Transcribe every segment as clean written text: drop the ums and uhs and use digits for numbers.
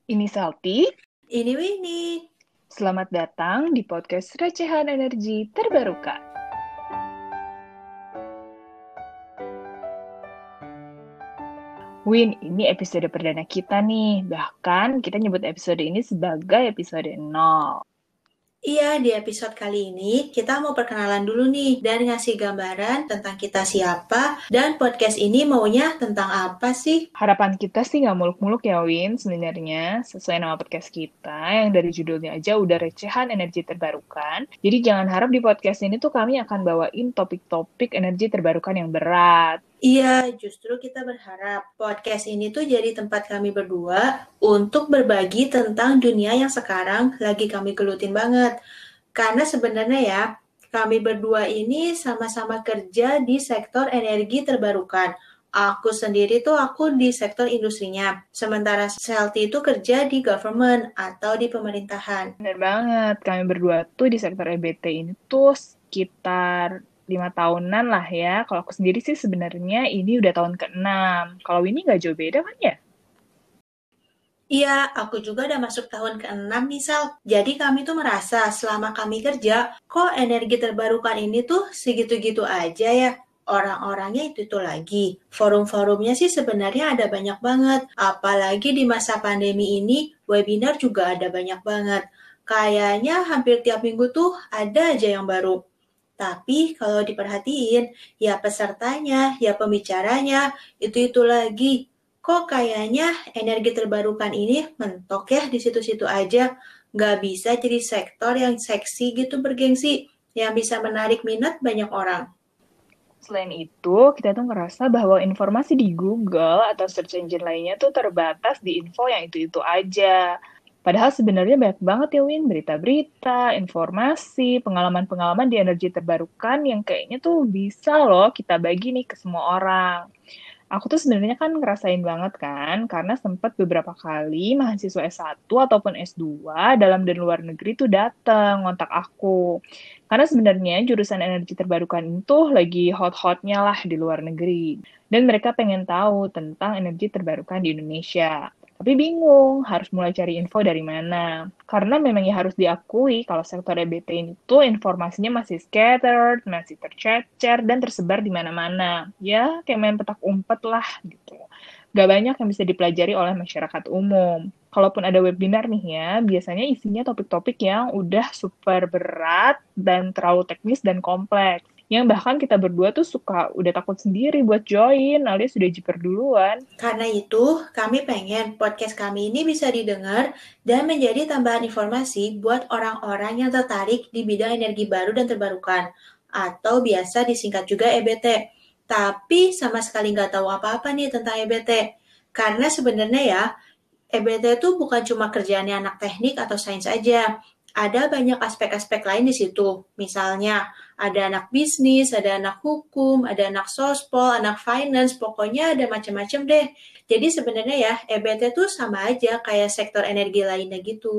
Ini Salty, Ini Winnie. selamat datang di podcast Recehan Energi Terbarukan. Win, ini episode perdana kita nih. Bahkan kita nyebut episode ini sebagai episode 0. Iya, di episode kali ini kita mau perkenalan dulu nih dan ngasih gambaran tentang kita siapa dan podcast ini maunya tentang apa sih? Harapan kita sih nggak muluk-muluk ya, Win, sebenarnya. Sesuai nama podcast kita, yang dari judulnya aja udah Recehan Energi Terbarukan. Jadi jangan harap di podcast ini tuh kami akan bawain topik-topik energi terbarukan yang berat. Iya, justru kita berharap podcast ini tuh jadi tempat kami berdua untuk berbagi tentang dunia yang sekarang lagi kami gelutin banget. Karena sebenarnya ya, kami berdua ini sama-sama kerja di sektor energi terbarukan. Aku sendiri tuh aku di sektor industrinya. Sementara Selti itu kerja di government atau di pemerintahan. Bener banget, kami berdua tuh di sektor EBT ini tuh sekitar 5 tahunan lah ya. Kalau aku sendiri sih sebenarnya ini udah tahun ke-6. Kalau ini nggak jauh beda kan ya? Iya, aku juga udah masuk tahun ke-6 nih, Sal. Jadi kami tuh merasa selama kami kerja, kok energi terbarukan ini tuh segitu-gitu aja ya. Orang-orangnya itu lagi. Forum-forumnya sih sebenarnya ada banyak banget. Apalagi di masa pandemi ini, webinar juga ada banyak banget. Kayaknya hampir tiap minggu tuh ada aja yang baru. Tapi kalau diperhatiin, ya pesertanya, ya pembicaranya, itu-itu lagi. Kok kayaknya energi terbarukan ini mentok ya di situ-situ aja. Nggak bisa jadi sektor yang seksi gitu bergengsi, yang bisa menarik minat banyak orang. Selain itu, kita tuh ngerasa bahwa informasi di Google atau search engine lainnya tuh terbatas di info yang itu-itu aja. Padahal sebenarnya banyak banget ya, Win, berita-berita, informasi, pengalaman-pengalaman di energi terbarukan yang kayaknya tuh bisa loh kita bagi nih ke semua orang. Aku tuh sebenarnya kan ngerasain banget kan, karena sempat beberapa kali mahasiswa S1 ataupun S2 dalam dan luar negeri tuh datang ngontak aku. Karena sebenarnya jurusan energi terbarukan itu lagi hot-hotnya lah di luar negeri. Dan mereka pengen tahu tentang energi terbarukan di Indonesia. Tapi bingung harus mulai cari info dari mana. Karena memang ya harus diakui kalau sektor EBT ini tuh informasinya masih scattered, masih tercecer, dan tersebar di mana-mana. Ya, kayak main petak umpet lah gitu. Gak banyak yang bisa dipelajari oleh masyarakat umum. Kalaupun ada webinar nih ya, biasanya isinya topik-topik yang udah super berat dan terlalu teknis dan kompleks. Yang bahkan kita berdua tuh suka udah takut sendiri buat join, alias sudah jiper duluan. Karena itu, kami pengen podcast kami ini bisa didengar dan menjadi tambahan informasi buat orang-orang yang tertarik di bidang energi baru dan terbarukan, atau biasa disingkat juga EBT. Tapi sama sekali nggak tahu apa-apa nih tentang EBT. Karena sebenarnya ya, EBT itu bukan cuma kerjaannya anak teknik atau sains aja. Ada banyak aspek-aspek lain di situ. Misalnya, ada anak bisnis, ada anak hukum, ada anak sospol, anak finance, pokoknya ada macam-macam deh. Jadi sebenarnya ya, EBT itu sama aja kayak sektor energi lainnya gitu.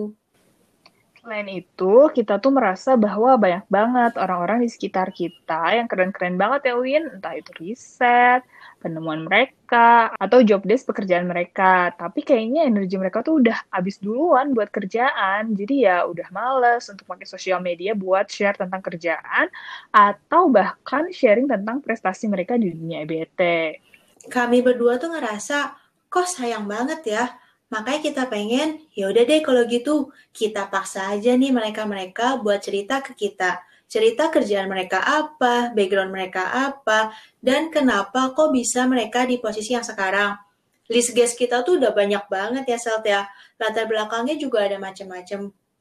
Selain itu, kita tuh merasa bahwa banyak banget orang-orang di sekitar kita yang keren-keren banget ya, Win. Entah itu riset, penemuan mereka, atau job desk pekerjaan mereka. Tapi kayaknya energi mereka tuh udah habis duluan buat kerjaan. Jadi ya udah males untuk pakai sosial media buat share tentang kerjaan, atau bahkan sharing tentang prestasi mereka di dunia EBT. Kami berdua tuh ngerasa, kok sayang banget ya. Makanya kita pengen, ya udah deh kalau gitu, kita paksa aja nih mereka-mereka buat cerita ke kita. Cerita kerjaan mereka apa, background mereka apa, dan kenapa kok bisa mereka di posisi yang sekarang. List guest kita tuh udah banyak banget ya, Selt ya. Latar belakangnya juga ada macam-macam.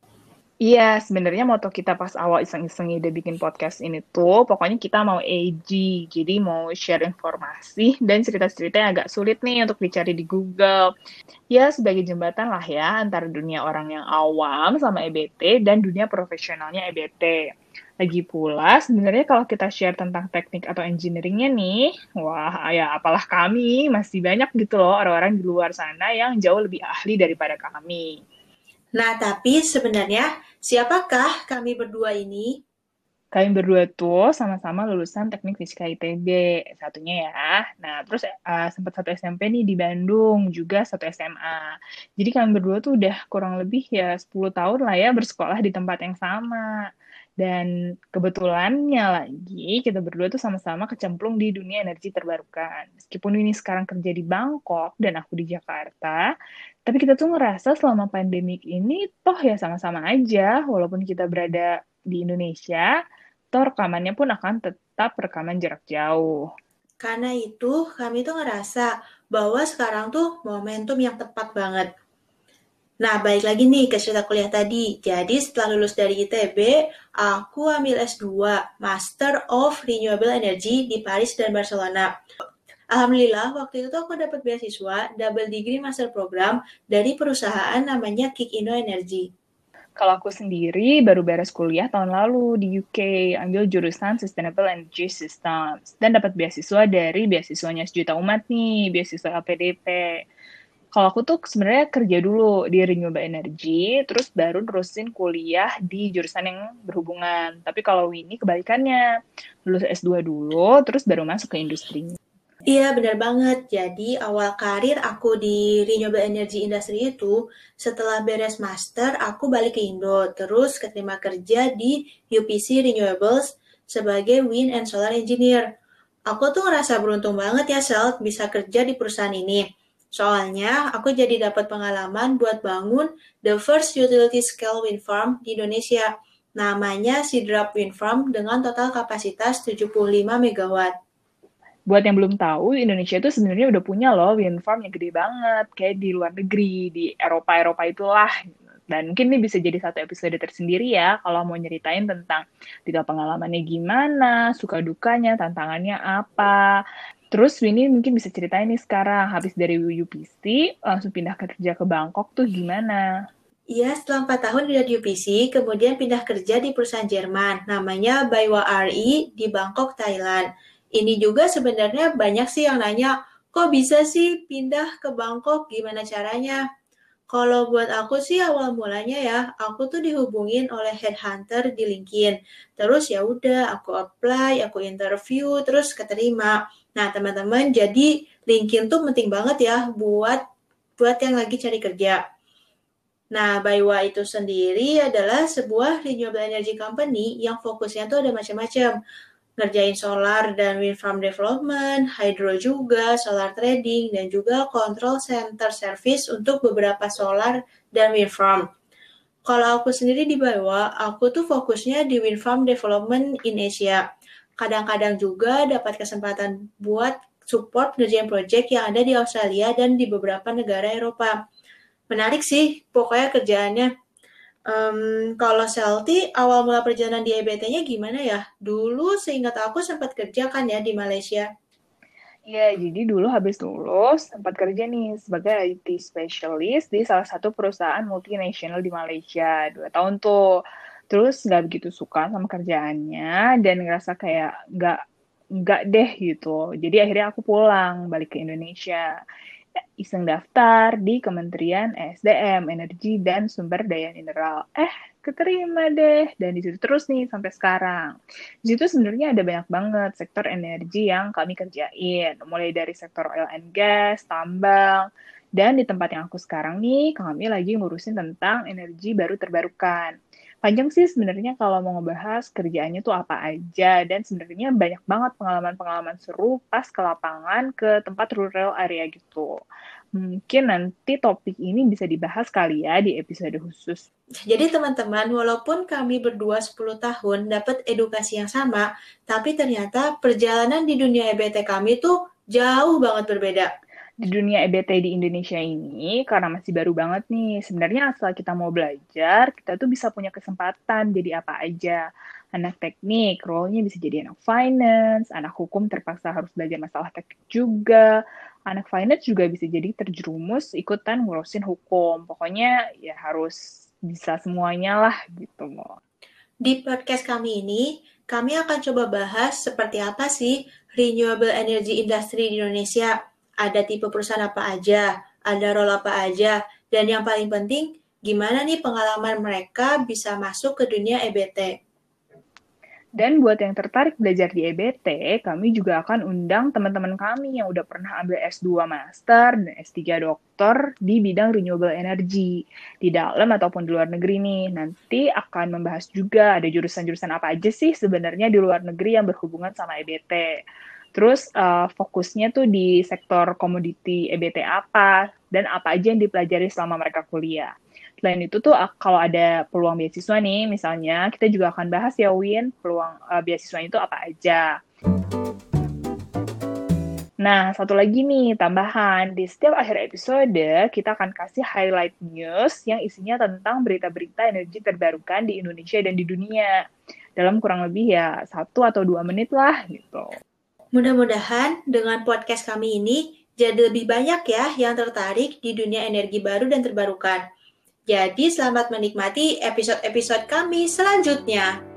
Iya, sebenarnya moto kita pas awal iseng-iseng ide bikin podcast ini tuh, pokoknya kita mau edgy, jadi mau share informasi dan cerita-cerita yang agak sulit nih untuk dicari di Google. Ya, sebagai jembatan lah ya antara dunia orang yang awam sama EBT dan dunia profesionalnya EBT. Lagi pula, sebenarnya kalau kita share tentang teknik atau engineeringnya nih, wah ya apalah kami, masih banyak gitu loh orang-orang di luar sana yang jauh lebih ahli daripada kami. Nah, tapi sebenarnya siapakah kami berdua ini? Kami berdua tuh sama-sama lulusan Teknik Fisika ITB, satunya ya. Nah, terus sempat satu SMP nih di Bandung, juga satu SMA. Jadi kami berdua tuh udah kurang lebih ya 10 tahun lah ya bersekolah di tempat yang sama. Dan kebetulannya lagi, kita berdua tuh sama-sama kecemplung di dunia energi terbarukan. Meskipun ini sekarang kerja di Bangkok dan aku di Jakarta, tapi kita tuh ngerasa selama pandemik ini toh ya sama-sama aja, walaupun kita berada di Indonesia, toh rekamannya pun akan tetap rekaman jarak jauh. Karena itu, kami tuh ngerasa bahwa sekarang tuh momentum yang tepat banget. Nah, balik lagi nih ke cerita kuliah tadi. Jadi, setelah lulus dari ITB, aku ambil S2, Master of Renewable Energy di Paris dan Barcelona. Alhamdulillah, waktu itu tuh aku dapat beasiswa double degree master program dari perusahaan namanya Kick Indo Energy. Kalau aku sendiri baru beres kuliah tahun lalu di UK, ambil jurusan Sustainable Energy Systems, dan dapat beasiswa dari beasiswanya Sejuta Umat nih, beasiswa LPDP. Kalau aku tuh sebenarnya kerja dulu di Renewable Energy, terus baru terusin kuliah di jurusan yang berhubungan. Tapi kalau ini kebalikannya, lulus S2 dulu, terus baru masuk ke industri. Iya, benar banget. Jadi, awal karir aku di Renewable Energy Industry itu, setelah beres master, aku balik ke Indo. Terus keterima kerja di UPC Renewables sebagai Wind and Solar Engineer. Aku tuh ngerasa beruntung banget ya, Sel, bisa kerja di perusahaan ini. Soalnya, aku jadi dapat pengalaman buat bangun the first utility scale wind farm di Indonesia. Namanya Sidrap Wind Farm dengan total kapasitas 75 megawatt. Buat yang belum tahu, Indonesia itu sebenarnya udah punya loh wind farm yang gede banget, kayak di luar negeri, di Eropa-Eropa itulah. Dan mungkin ini bisa jadi satu episode tersendiri ya, kalau mau nyeritain tentang detail pengalamannya gimana, suka dukanya, tantangannya apa. Terus Winnie mungkin bisa ceritain nih sekarang, habis dari UPC, langsung pindah kerja ke Bangkok tuh gimana? Iya, setelah 4 tahun di UPC, kemudian pindah kerja di perusahaan Jerman, namanya Baiwa RE di Bangkok, Thailand. Ini juga sebenarnya banyak sih yang nanya, kok bisa sih pindah ke Bangkok, gimana caranya? Kalau buat aku sih awal mulanya ya, aku tuh dihubungin oleh headhunter di LinkedIn. Terus ya udah, aku apply, aku interview, terus keterima. Nah, teman-teman, jadi LinkedIn tuh penting banget ya buat yang lagi cari kerja. Nah, Baiwa itu sendiri adalah sebuah renewable energy company yang fokusnya tuh ada macam-macam. Ngerjain solar dan wind farm development, hydro juga, solar trading, dan juga control center service untuk beberapa solar dan wind farm. Kalau aku sendiri di Baiwa, aku tuh fokusnya di wind farm development in Asia. Kadang-kadang juga dapat kesempatan buat support ngerjain project yang ada di Australia dan di beberapa negara Eropa. Menarik sih, pokoknya kerjaannya. Kalau Selti, awal mula perjalanan di EBT-nya gimana ya? Dulu seingat aku sempat kerja kan ya di Malaysia. Iya, jadi dulu habis lulus sempat kerja nih sebagai IT specialist di salah satu perusahaan multinasional di Malaysia. 2 tahun tuh. Terus nggak begitu suka sama kerjaannya dan ngerasa kayak nggak deh gitu. Jadi akhirnya aku pulang balik ke Indonesia. Iseng daftar di Kementerian ESDM, Energi dan Sumber Daya Mineral. Keterima deh. Dan di situ terus nih sampai sekarang. Di situ sebenarnya ada banyak banget sektor energi yang kami kerjain. Mulai dari sektor oil and gas, tambang, dan di tempat yang aku sekarang nih, kami lagi ngurusin tentang energi baru terbarukan. Panjang sih sebenarnya kalau mau ngebahas kerjaannya tuh apa aja, dan sebenarnya banyak banget pengalaman-pengalaman seru pas ke lapangan ke tempat rural area gitu. Mungkin nanti topik ini bisa dibahas kali ya di episode khusus. Jadi teman-teman, walaupun kami berdua 10 tahun dapat edukasi yang sama, tapi ternyata perjalanan di dunia EBT kami tuh jauh banget berbeda. Di dunia EBT di Indonesia ini, karena masih baru banget nih, sebenarnya asal kita mau belajar, kita tuh bisa punya kesempatan jadi apa aja. Anak teknik, role-nya bisa jadi anak finance, anak hukum terpaksa harus belajar masalah teknik juga, anak finance juga bisa jadi terjerumus ikutan ngurusin hukum. Pokoknya ya harus bisa semuanya lah gitu. Di podcast kami ini, kami akan coba bahas seperti apa sih renewable energy industry di Indonesia. Ada tipe perusahaan apa aja, ada role apa aja, dan yang paling penting, gimana nih pengalaman mereka bisa masuk ke dunia EBT. Dan buat yang tertarik belajar di EBT, kami juga akan undang teman-teman kami yang udah pernah ambil S2 Master dan S3 Doktor di bidang renewable energy di dalam ataupun di luar negeri nih. Nanti akan membahas juga ada jurusan-jurusan apa aja sih sebenarnya di luar negeri yang berhubungan sama EBT. Terus fokusnya tuh di sektor komoditi EBT apa dan apa aja yang dipelajari selama mereka kuliah. Selain itu tuh kalau ada peluang beasiswa nih, misalnya kita juga akan bahas ya Win, peluang beasiswa itu apa aja. Nah, satu lagi nih tambahan, di setiap akhir episode kita akan kasih highlight news yang isinya tentang berita-berita energi terbarukan di Indonesia dan di dunia. Dalam kurang lebih ya 1 atau 2 menit lah gitu. Mudah-mudahan dengan podcast kami ini jadi lebih banyak ya yang tertarik di dunia energi baru dan terbarukan. Jadi selamat menikmati episode-episode kami selanjutnya.